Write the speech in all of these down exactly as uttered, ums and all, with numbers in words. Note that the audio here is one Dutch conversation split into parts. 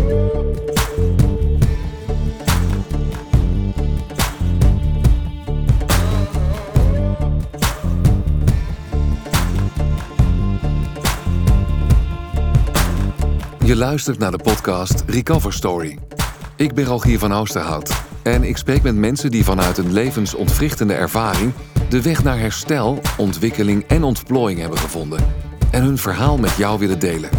Je luistert naar de podcast Recover Story. Ik ben Rogier van Oosterhout en ik spreek met mensen die vanuit een levensontwrichtende ervaring de weg naar herstel, ontwikkeling en ontplooiing hebben gevonden en hun verhaal met jou willen delen.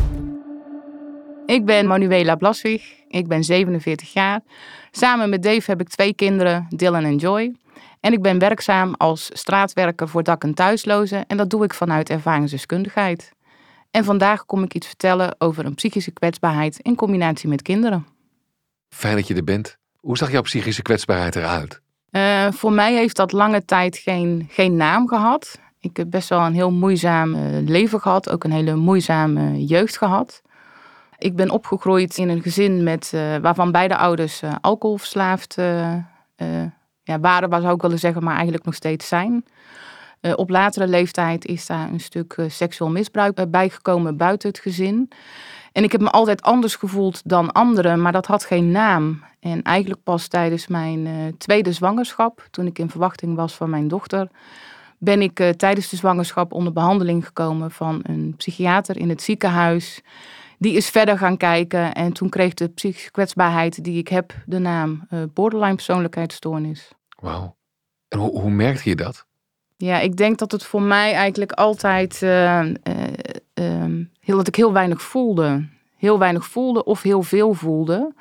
Ik ben Manuela Blaswig, ik ben zevenenveertig jaar. Samen met Dave heb ik twee kinderen, Dylan en Joy. En ik ben werkzaam als straatwerker voor dak- en thuislozen en dat doe ik vanuit ervaringsdeskundigheid. En vandaag kom ik iets vertellen over een psychische kwetsbaarheid in combinatie met kinderen. Fijn dat je er bent. Hoe zag jouw psychische kwetsbaarheid eruit? Uh, voor mij heeft dat lange tijd geen, geen naam gehad. Ik heb best wel een heel moeizaam uh, leven gehad, ook een hele moeizame jeugd gehad. Ik ben opgegroeid in een gezin met, uh, waarvan beide ouders uh, alcoholverslaafd uh, uh, ja, waren, waar zou ik willen zeggen, maar eigenlijk nog steeds zijn. Uh, op latere leeftijd is daar een stuk uh, seksueel misbruik uh, bijgekomen buiten het gezin. En ik heb me altijd anders gevoeld dan anderen, maar dat had geen naam. En eigenlijk pas tijdens mijn uh, tweede zwangerschap, toen ik in verwachting was van mijn dochter, ben ik uh, tijdens de zwangerschap onder behandeling gekomen van een psychiater in het ziekenhuis. Die is verder gaan kijken en toen kreeg de psychische kwetsbaarheid die ik heb de naam uh, borderline persoonlijkheidsstoornis. Wauw. En hoe, hoe merkte je dat? Ja, ik denk dat het voor mij eigenlijk altijd uh, uh, uh, heel, dat ik heel weinig voelde. Heel weinig voelde of heel veel voelde.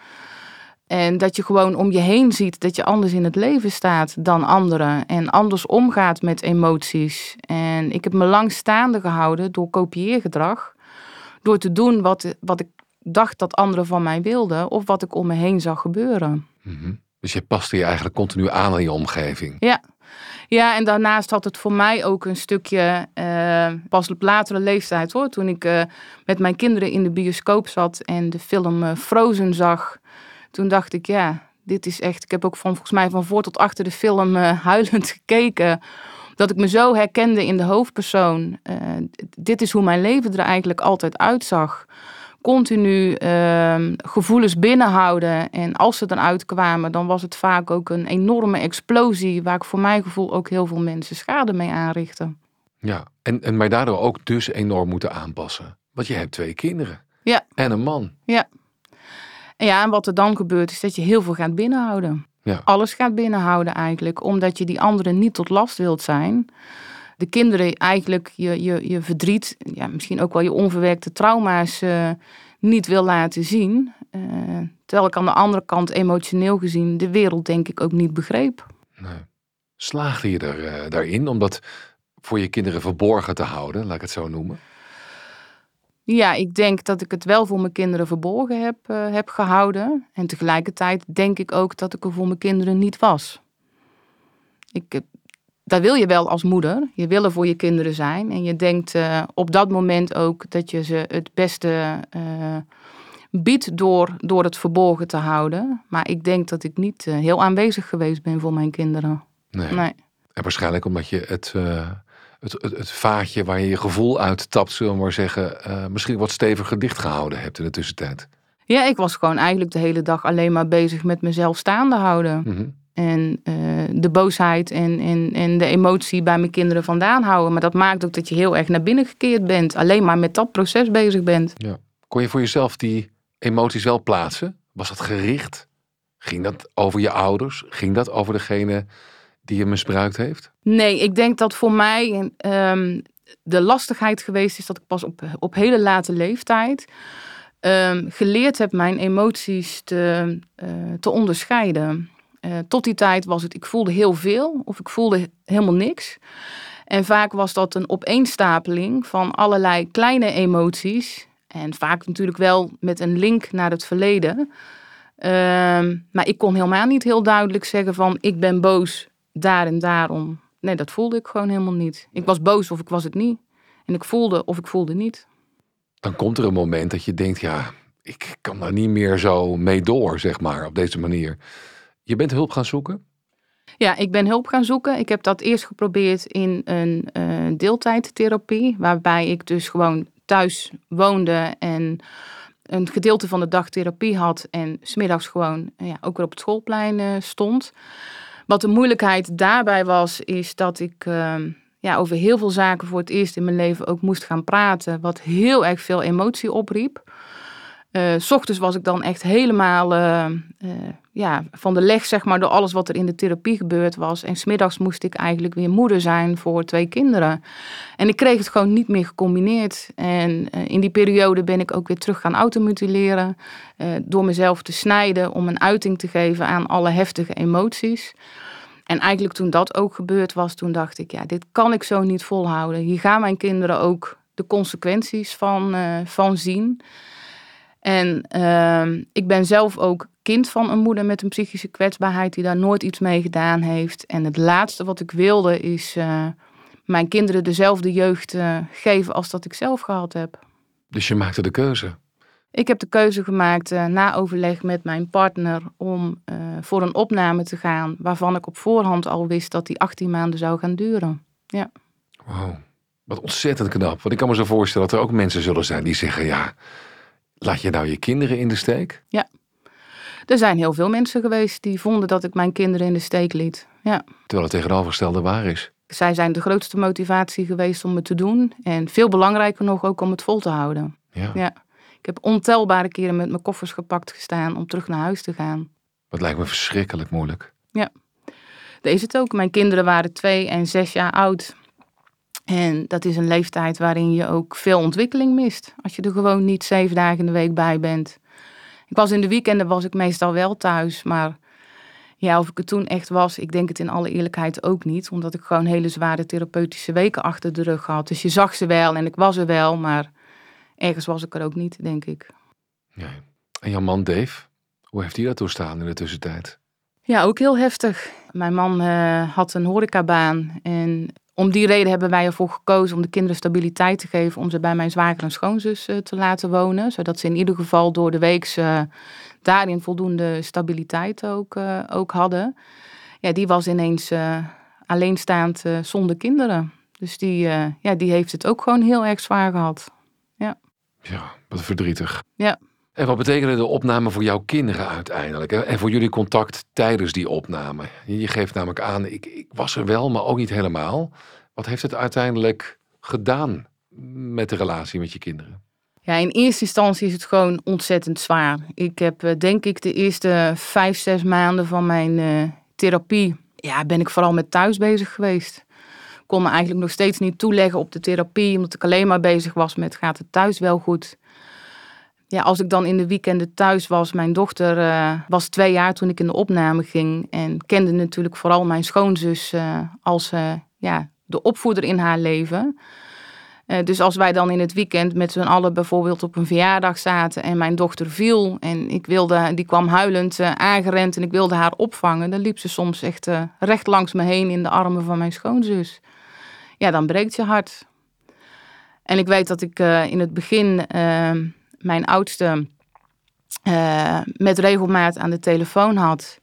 En dat je gewoon om je heen ziet dat je anders in het leven staat dan anderen. En anders omgaat met emoties. En ik heb me lang staande gehouden door kopieergedrag. Door te doen wat, wat ik dacht dat anderen van mij wilden. Of wat ik om me heen zag gebeuren. Mm-hmm. Dus je paste je eigenlijk continu aan aan je omgeving. Ja. Ja, en daarnaast had het voor mij ook een stukje, uh, pas op latere leeftijd hoor. Toen ik uh, met mijn kinderen in de bioscoop zat en de film uh, Frozen zag. Toen dacht ik, ja, dit is echt... Ik heb ook van, volgens mij van voor tot achter de film uh, huilend gekeken. Dat ik me zo herkende in de hoofdpersoon. Uh, dit is hoe mijn leven er eigenlijk altijd uitzag. Continu uh, gevoelens binnenhouden. En als ze dan uitkwamen, dan was het vaak ook een enorme explosie. Waar ik voor mijn gevoel ook heel veel mensen schade mee aanrichtte. Ja, en, en maar daardoor ook dus enorm moeten aanpassen. Want je hebt twee kinderen. Ja. En een man. Ja. En ja, en wat er dan gebeurt is dat je heel veel gaat binnenhouden. Ja. Alles gaat binnenhouden eigenlijk. Omdat je die anderen niet tot last wilt zijn. De kinderen eigenlijk je, je, je verdriet, ja, misschien ook wel je onverwerkte trauma's uh, niet wil laten zien. Uh, terwijl ik aan de andere kant emotioneel gezien de wereld denk ik ook niet begreep. Nee. Slaagde je er, uh, daarin om dat voor je kinderen verborgen te houden, laat ik het zo noemen? Ja, ik denk dat ik het wel voor mijn kinderen verborgen heb, uh, heb gehouden. En tegelijkertijd denk ik ook dat ik er voor mijn kinderen niet was. Ik... Dat wil je wel als moeder. Je wil er voor je kinderen zijn. En je denkt uh, op dat moment ook dat je ze het beste uh, biedt door, door het verborgen te houden. Maar ik denk dat ik niet uh, heel aanwezig geweest ben voor mijn kinderen. Nee. nee. En waarschijnlijk omdat je het, uh, het, het, het vaatje waar je je gevoel uit tapt, zullen we maar zeggen, uh, misschien wat steviger dicht gehouden hebt in de tussentijd. Ja, ik was gewoon eigenlijk de hele dag alleen maar bezig met mezelf staande houden. Mm-hmm. En uh, de boosheid en, en, en de emotie bij mijn kinderen vandaan houden. Maar dat maakt ook dat je heel erg naar binnen gekeerd bent. Alleen maar met dat proces bezig bent. Ja. Kon je voor jezelf die emoties wel plaatsen? Was dat gericht? Ging dat over je ouders? Ging dat over degene die je misbruikt heeft? Nee, ik denk dat voor mij um, de lastigheid geweest is dat ik pas op, op hele late leeftijd um, geleerd heb mijn emoties te, uh, te onderscheiden. Uh, tot die tijd was het, ik voelde heel veel of ik voelde helemaal niks. En vaak was dat een opeenstapeling van allerlei kleine emoties. En vaak natuurlijk wel met een link naar het verleden. Uh, maar ik kon helemaal niet heel duidelijk zeggen van ik ben boos daar en daarom. Nee, dat voelde ik gewoon helemaal niet. Ik was boos of ik was het niet. En ik voelde of ik voelde niet. Dan komt er een moment dat je denkt, ja, ik kan daar niet meer zo mee door, zeg maar, op deze manier. Je bent hulp gaan zoeken? Ja, ik ben hulp gaan zoeken. Ik heb dat eerst geprobeerd in een uh, deeltijdtherapie. Waarbij ik dus gewoon thuis woonde en een gedeelte van de dag therapie had en 's middags gewoon ja, ook weer op het schoolplein uh, stond. Wat de moeilijkheid daarbij was, is dat ik uh, ja, over heel veel zaken voor het eerst in mijn leven ook moest gaan praten, wat heel erg veel emotie opriep. Uh, 's ochtends was ik dan echt helemaal uh, uh, ja, van de leg, zeg maar, door alles wat er in de therapie gebeurd was. En 's middags moest ik eigenlijk weer moeder zijn voor twee kinderen. En ik kreeg het gewoon niet meer gecombineerd. En uh, in die periode ben ik ook weer terug gaan automutileren. Uh, door mezelf te snijden om een uiting te geven aan alle heftige emoties. En eigenlijk toen dat ook gebeurd was, toen dacht ik, ja, dit kan ik zo niet volhouden. Hier gaan mijn kinderen ook de consequenties van, uh, van zien. En uh, ik ben zelf ook kind van een moeder met een psychische kwetsbaarheid die daar nooit iets mee gedaan heeft. En het laatste wat ik wilde is uh, mijn kinderen dezelfde jeugd uh, geven als dat ik zelf gehad heb. Dus je maakte de keuze? Ik heb de keuze gemaakt uh, na overleg met mijn partner om uh, voor een opname te gaan waarvan ik op voorhand al wist dat die achttien maanden zou gaan duren. Ja. Wow, wat ontzettend knap. Want ik kan me zo voorstellen dat er ook mensen zullen zijn die zeggen, ja, laat je nou je kinderen in de steek? Ja, er zijn heel veel mensen geweest die vonden dat ik mijn kinderen in de steek liet. Ja. Terwijl het tegenovergestelde waar is. Zij zijn de grootste motivatie geweest om het te doen. En veel belangrijker nog ook om het vol te houden. Ja. Ja. Ik heb ontelbare keren met mijn koffers gepakt gestaan om terug naar huis te gaan. Dat lijkt me verschrikkelijk moeilijk. Ja, dat is het ook. Mijn kinderen waren twee en zes jaar oud. En dat is een leeftijd waarin je ook veel ontwikkeling mist. Als je er gewoon niet zeven dagen in de week bij bent. Ik was in de weekenden was ik meestal wel thuis. Maar ja, of ik het toen echt was, ik denk het in alle eerlijkheid ook niet. Omdat ik gewoon hele zware therapeutische weken achter de rug had. Dus je zag ze wel en ik was er wel, maar ergens was ik er ook niet, denk ik. Ja. En jouw man Dave, hoe heeft hij dat doorstaan in de tussentijd? Ja, ook heel heftig. Mijn man uh, had een horecabaan en om die reden hebben wij ervoor gekozen om de kinderen stabiliteit te geven, om ze bij mijn zwager en schoonzus uh, te laten wonen. Zodat ze in ieder geval door de week uh, daarin voldoende stabiliteit ook, uh, ook hadden. Ja, die was ineens uh, alleenstaand uh, zonder kinderen. Dus die, uh, ja, die heeft het ook gewoon heel erg zwaar gehad. Ja, ja, wat verdrietig. Ja. En wat betekende de opname voor jouw kinderen uiteindelijk? En voor jullie contact tijdens die opname? Je geeft namelijk aan, ik, ik was er wel, maar ook niet helemaal. Wat heeft het uiteindelijk gedaan met de relatie met je kinderen? Ja, in eerste instantie is het gewoon ontzettend zwaar. Ik heb denk ik de eerste vijf, zes maanden van mijn uh, therapie, ja, ben ik vooral met thuis bezig geweest. Ik kon me eigenlijk nog steeds niet toeleggen op de therapie, omdat ik alleen maar bezig was met gaat het thuis wel goed. Ja, als ik dan in de weekenden thuis was, mijn dochter uh, was twee jaar toen ik in de opname ging. En kende natuurlijk vooral mijn schoonzus uh, als uh, ja, de opvoeder in haar leven. Uh, dus als wij dan in het weekend met z'n allen bijvoorbeeld op een verjaardag zaten en mijn dochter viel. En ik wilde, die kwam huilend uh, aangerend en ik wilde haar opvangen. Dan liep ze soms echt uh, recht langs me heen in de armen van mijn schoonzus. Ja, dan breekt je hart. En ik weet dat ik uh, in het begin Uh, mijn oudste uh, met regelmaat aan de telefoon had.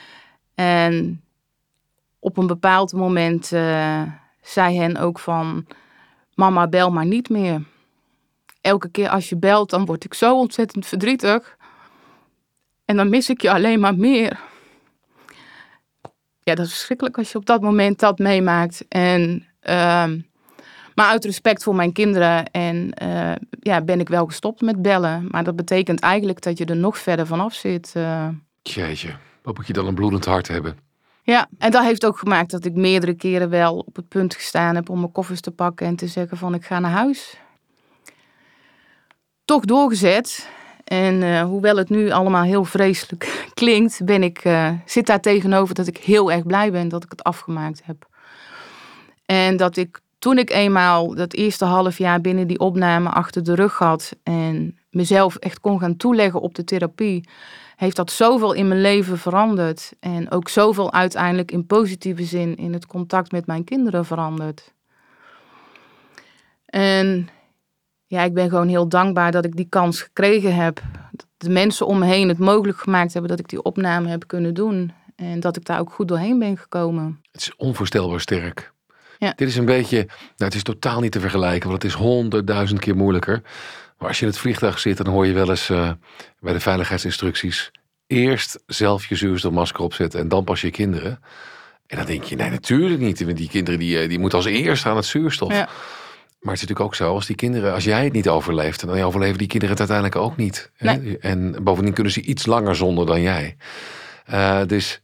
En op een bepaald moment uh, zei hen ook van, mama, bel maar niet meer. Elke keer als je belt, dan word ik zo ontzettend verdrietig. En dan mis ik je alleen maar meer. Ja, dat is verschrikkelijk als je op dat moment dat meemaakt. En Uh, Maar uit respect voor mijn kinderen en, uh, ja, ben ik wel gestopt met bellen. Maar dat betekent eigenlijk dat je er nog verder vanaf zit. Uh. Jeetje, wat moet je dan een bloedend hart hebben? Ja, en dat heeft ook gemaakt dat ik meerdere keren wel op het punt gestaan heb om mijn koffers te pakken en te zeggen van ik ga naar huis. Toch doorgezet. En uh, hoewel het nu allemaal heel vreselijk klinkt, ben ik, uh, zit daar tegenover dat ik heel erg blij ben dat ik het afgemaakt heb. En dat ik toen ik eenmaal dat eerste half jaar binnen die opname achter de rug had en mezelf echt kon gaan toeleggen op de therapie, heeft dat zoveel in mijn leven veranderd. En ook zoveel uiteindelijk in positieve zin in het contact met mijn kinderen veranderd. En ja, ik ben gewoon heel dankbaar dat ik die kans gekregen heb. Dat de mensen om me heen het mogelijk gemaakt hebben dat ik die opname heb kunnen doen. En dat ik daar ook goed doorheen ben gekomen. Het is onvoorstelbaar sterk. Ja. Dit is een beetje, nou, het is totaal niet te vergelijken, want het is honderdduizend keer moeilijker. Maar als je in het vliegtuig zit, dan hoor je wel eens uh, bij de veiligheidsinstructies: eerst zelf je zuurstofmasker opzetten en dan pas je kinderen. En dan denk je, nee, natuurlijk niet. Want die kinderen die, die moeten als eerste aan het zuurstof. Ja. Maar het is natuurlijk ook zo, als die kinderen, als jij het niet overleeft, dan overleven die kinderen het uiteindelijk ook niet. Hè? Nee. En bovendien kunnen ze iets langer zonder dan jij. Uh, dus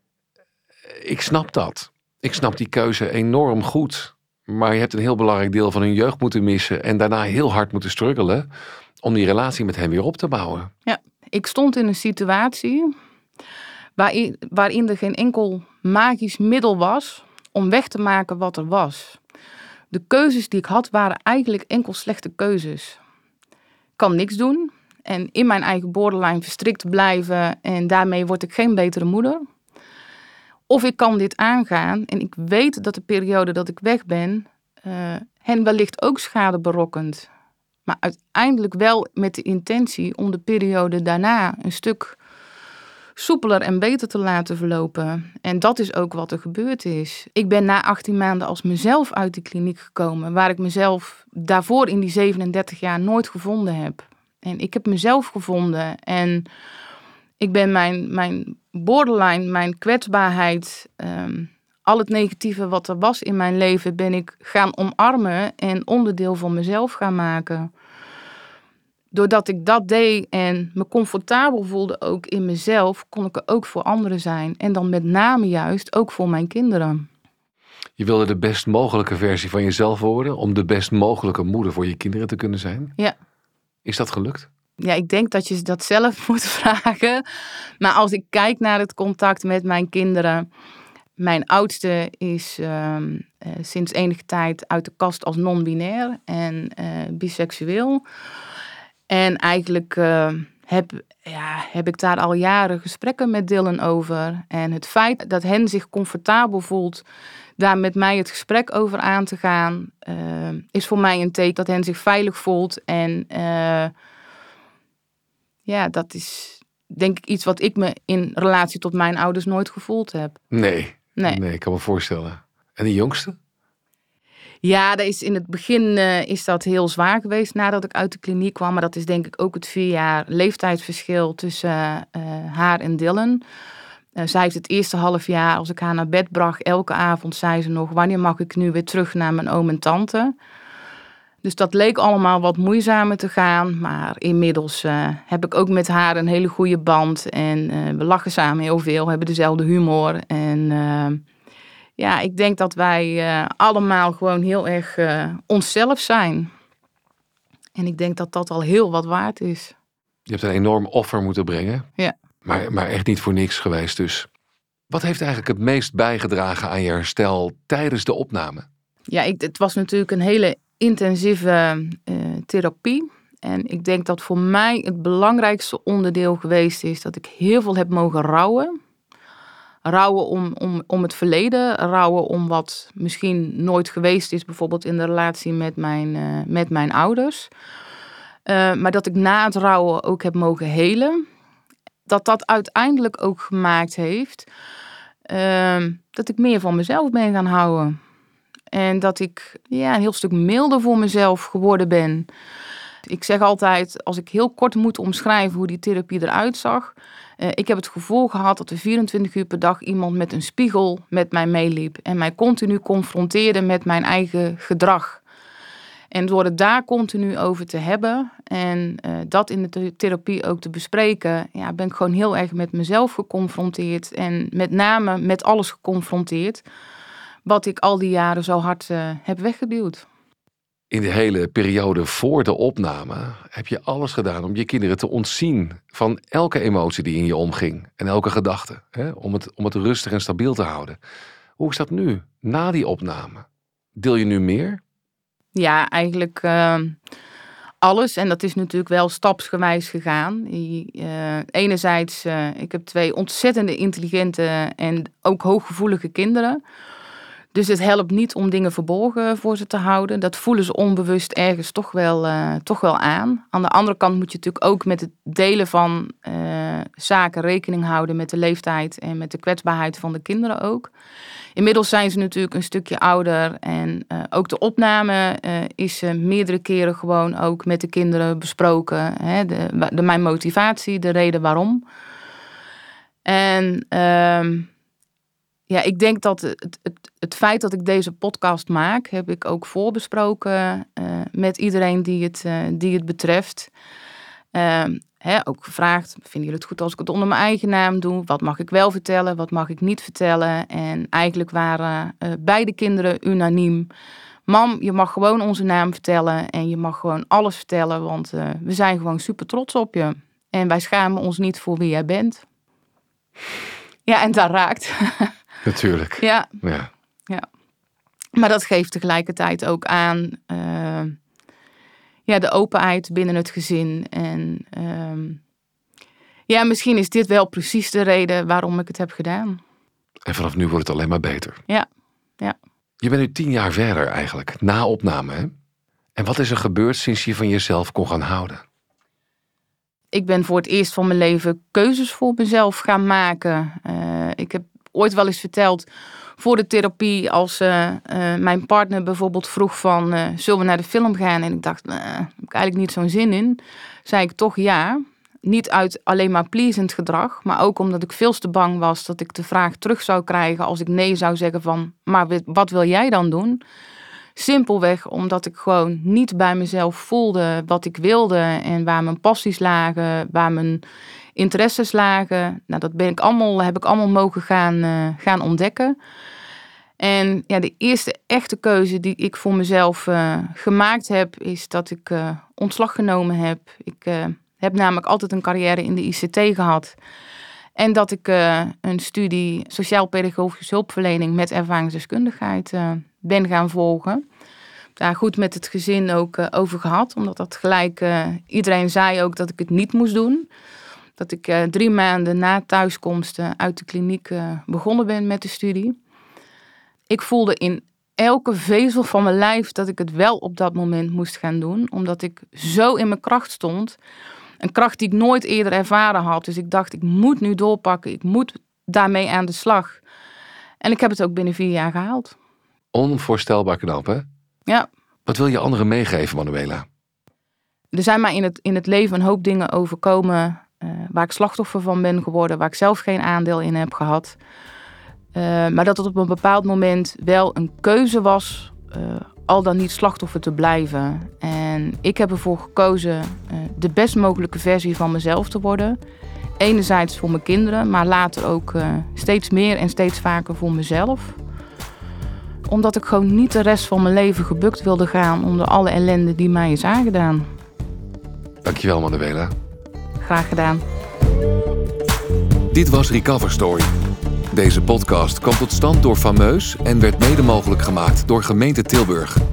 ik snap dat. Ik snap die keuze enorm goed. Maar je hebt een heel belangrijk deel van hun jeugd moeten missen en daarna heel hard moeten struggelen om die relatie met hem weer op te bouwen. Ja, ik stond in een situatie waarin, waarin er geen enkel magisch middel was om weg te maken wat er was. De keuzes die ik had waren eigenlijk enkel slechte keuzes. Ik kan niks doen en in mijn eigen borderline verstrikt blijven en daarmee word ik geen betere moeder. Of ik kan dit aangaan en ik weet dat de periode dat ik weg ben uh, hen wellicht ook schade berokkent. Maar uiteindelijk wel met de intentie om de periode daarna een stuk soepeler en beter te laten verlopen. En dat is ook wat er gebeurd is. Ik ben na achttien maanden als mezelf uit die kliniek gekomen, waar ik mezelf daarvoor in die zevenendertig jaar nooit gevonden heb. En ik heb mezelf gevonden en ik ben mijn, mijn borderline, mijn kwetsbaarheid, um, al het negatieve wat er was in mijn leven, ben ik gaan omarmen en onderdeel van mezelf gaan maken. Doordat ik dat deed en me comfortabel voelde ook in mezelf, kon ik er ook voor anderen zijn. En dan met name juist ook voor mijn kinderen. Je wilde de best mogelijke versie van jezelf worden om de best mogelijke moeder voor je kinderen te kunnen zijn? Ja. Is dat gelukt? Ja, ik denk dat je dat zelf moet vragen. Maar als ik kijk naar het contact met mijn kinderen. Mijn oudste is uh, uh, sinds enige tijd uit de kast als non-binair en uh, biseksueel. En eigenlijk uh, heb, ja, heb ik daar al jaren gesprekken met Dylan over. En het feit dat hen zich comfortabel voelt daar met mij het gesprek over aan te gaan, uh, is voor mij een teken dat hen zich veilig voelt. En uh, ja, dat is denk ik iets wat ik me in relatie tot mijn ouders nooit gevoeld heb. Nee, nee, nee ik kan me voorstellen. En die jongste? Ja, dat is in het begin uh, is dat heel zwaar geweest nadat ik uit de kliniek kwam. Maar dat is denk ik ook het vier jaar leeftijdsverschil tussen uh, haar en Dylan. Uh, zij heeft het eerste half jaar, als ik haar naar bed bracht, elke avond zei ze nog: wanneer mag ik nu weer terug naar mijn oom en tante? Dus dat leek allemaal wat moeizamer te gaan. Maar inmiddels uh, heb ik ook met haar een hele goede band. En uh, we lachen samen heel veel, hebben dezelfde humor. En uh, ja, ik denk dat wij uh, allemaal gewoon heel erg uh, onszelf zijn. En ik denk dat dat al heel wat waard is. Je hebt een enorm offer moeten brengen. Ja. Maar, maar echt niet voor niks geweest dus. Wat heeft eigenlijk het meest bijgedragen aan je herstel tijdens de opname? Ja, ik, het was natuurlijk een hele intensieve uh, therapie. En ik denk dat voor mij het belangrijkste onderdeel geweest is dat ik heel veel heb mogen rouwen. Rouwen om, om, om het verleden, rouwen om wat misschien nooit geweest is, bijvoorbeeld in de relatie met mijn, uh, met mijn ouders. Uh, maar dat ik na het rouwen ook heb mogen helen. Dat dat uiteindelijk ook gemaakt heeft uh, dat ik meer van mezelf ben gaan houden. En dat ik ja, een heel stuk milder voor mezelf geworden ben. Ik zeg altijd, als ik heel kort moet omschrijven hoe die therapie eruit zag. Uh, ik heb het gevoel gehad dat er vierentwintig uur per dag iemand met een spiegel met mij meeliep. En mij continu confronteerde met mijn eigen gedrag. En door het daar continu over te hebben en uh, dat in de therapie ook te bespreken, ja, ben ik gewoon heel erg met mezelf geconfronteerd. En met name met alles geconfronteerd wat ik al die jaren zo hard uh, heb weggeduwd. In de hele periode voor de opname heb je alles gedaan om je kinderen te ontzien van elke emotie die in je omging en elke gedachte. Hè? Om het, om het rustig en stabiel te houden. Hoe is dat nu, na die opname? Deel je nu meer? Ja, eigenlijk uh, alles. En dat is natuurlijk wel stapsgewijs gegaan. Uh, enerzijds, uh, ik heb twee ontzettende intelligente en ook hooggevoelige kinderen. Dus het helpt niet om dingen verborgen voor ze te houden. Dat voelen ze onbewust ergens toch wel, uh, toch wel aan. Aan de andere kant moet je natuurlijk ook met het delen van uh, zaken rekening houden met de leeftijd en met de kwetsbaarheid van de kinderen ook. Inmiddels zijn ze natuurlijk een stukje ouder en uh, ook de opname uh, is uh, meerdere keren gewoon ook met de kinderen besproken. Hè, de, de, mijn motivatie, de reden waarom. En uh, ja, ik denk dat het, het, het feit dat ik deze podcast maak, heb ik ook voorbesproken uh, met iedereen die het, uh, die het betreft. Uh, He, ook gevraagd, vinden jullie het goed als ik het onder mijn eigen naam doe? Wat mag ik wel vertellen, wat mag ik niet vertellen? En eigenlijk waren uh, beide kinderen unaniem. Mam, je mag gewoon onze naam vertellen en je mag gewoon alles vertellen, want uh, we zijn gewoon super trots op je. En wij schamen ons niet voor wie jij bent. Ja, en dat raakt. Natuurlijk. Ja. Ja. ja. Maar dat geeft tegelijkertijd ook aan... Uh, Ja, de openheid binnen het gezin. En um, ja, misschien is dit wel precies de reden waarom ik het heb gedaan. En vanaf nu wordt het alleen maar beter. Ja, ja. Je bent nu tien jaar verder eigenlijk, na opname, hè? En wat is er gebeurd sinds je van jezelf kon gaan houden? Ik ben voor het eerst van mijn leven keuzes voor mezelf gaan maken. Uh, ik heb ooit wel eens verteld... Voor de therapie, als uh, uh, mijn partner bijvoorbeeld vroeg van... Uh, zullen we naar de film gaan? En ik dacht, nou, daar heb ik eigenlijk niet zo'n zin in. Zei ik toch ja. Niet uit alleen maar pleasend gedrag. Maar ook omdat ik veel te bang was dat ik de vraag terug zou krijgen... als ik nee zou zeggen van, maar wat wil jij dan doen? Simpelweg omdat ik gewoon niet bij mezelf voelde wat ik wilde... en waar mijn passies lagen, waar mijn interesses lagen. Nou, dat ben ik allemaal, heb ik allemaal mogen gaan, uh, gaan ontdekken. En ja, de eerste echte keuze die ik voor mezelf uh, gemaakt heb... is dat ik uh, ontslag genomen heb. Ik uh, heb namelijk altijd een carrière in de I C T gehad... En dat ik uh, een studie sociaal-pedagogische hulpverlening met ervaringsdeskundigheid uh, ben gaan volgen. Daar goed met het gezin ook uh, over gehad. Omdat dat gelijk, uh, iedereen zei ook dat ik het niet moest doen. Dat ik uh, drie maanden na thuiskomst uh, uit de kliniek uh, begonnen ben met de studie. Ik voelde in elke vezel van mijn lijf dat ik het wel op dat moment moest gaan doen. Omdat ik zo in mijn kracht stond... Een kracht die ik nooit eerder ervaren had. Dus ik dacht, ik moet nu doorpakken. Ik moet daarmee aan de slag. En ik heb het ook binnen vier jaar gehaald. Onvoorstelbaar knap, hè? Ja. Wat wil je anderen meegeven, Manuela? Er zijn mij in het, in het leven een hoop dingen overkomen... Uh, waar ik slachtoffer van ben geworden. Waar ik zelf geen aandeel in heb gehad. Uh, maar dat het op een bepaald moment wel een keuze was... Uh, al dan niet slachtoffer te blijven. En ik heb ervoor gekozen uh, de best mogelijke versie van mezelf te worden. Enerzijds voor mijn kinderen, maar later ook uh, steeds meer en steeds vaker voor mezelf. Omdat ik gewoon niet de rest van mijn leven gebukt wilde gaan onder alle ellende die mij is aangedaan. Dankjewel, Manuela. Graag gedaan. Dit was Recover Story. Deze podcast kwam tot stand door Fameus en werd mede mogelijk gemaakt door gemeente Tilburg.